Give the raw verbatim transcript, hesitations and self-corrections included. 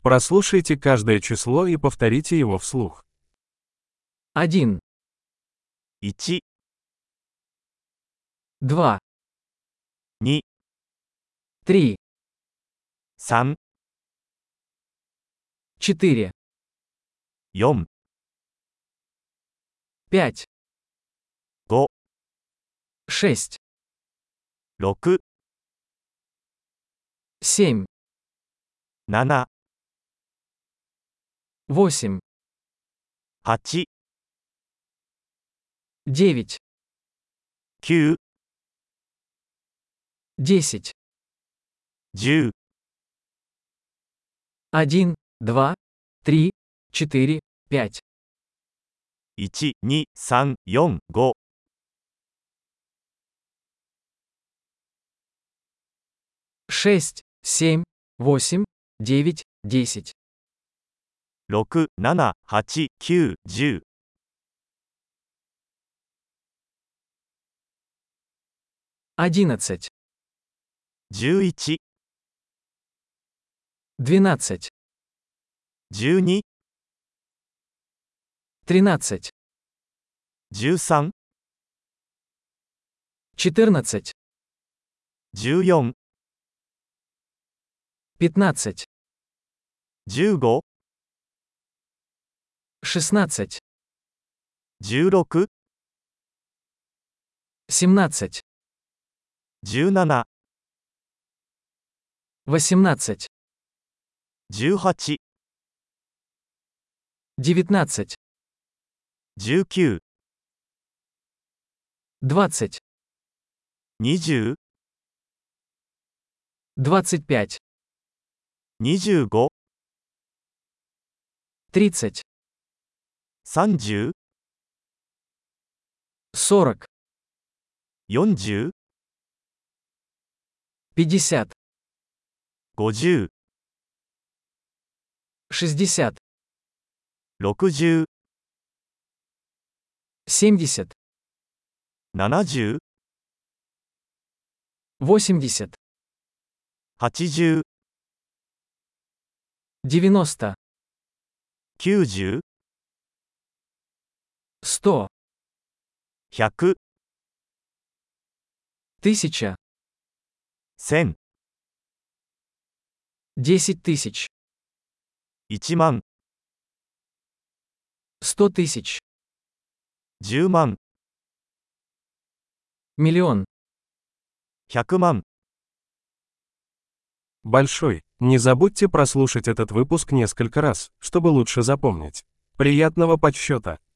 Прослушайте каждое число и повторите его вслух. один, いち、 два, に、 три, さん、 четыре, よん、 пять, ご、 шесть, ろく、 семь, なな、 восемь, はち、 девять, きゅう、 десять, じゅう、 один, два, три, четыре, пять, いち、に、さん、よん、ご、 шесть, семь, восемь, девять, десять, ろく、なな、はち、きゅう、じゅう、 одиннадцать, じゅういち、 двенадцать, じゅうに、 тринадцать, じゅうさん、 четырнадцать, じゅうよん、 пятнадцать, じゅうご、 шестнадцать, じゅうろく、 семнадцать, じゅうなな、 восемнадцать, じゅうはち、 девятнадцать, じゅうきゅう、 двадцать, にじゅう、 двадцать пять, にじゅうご、 тридцать, さんじゅう、 сорок, よんじゅう、 пятьдесят, ごじゅう、 шестьдесят, ろくじゅう、 семьдесят, ななじゅう、 восемьдесят, はちじゅう、 девяносто, きゅうじゅう、 сто, ひゃく、 тысяча, せん、 десять тысяч, いちまん、 сто тысяч, じゅうまん、 миллион. ひゃくまん。 Большой. Не забудьте прослушать этот выпуск несколько раз, чтобы лучше запомнить. Приятного подсчета!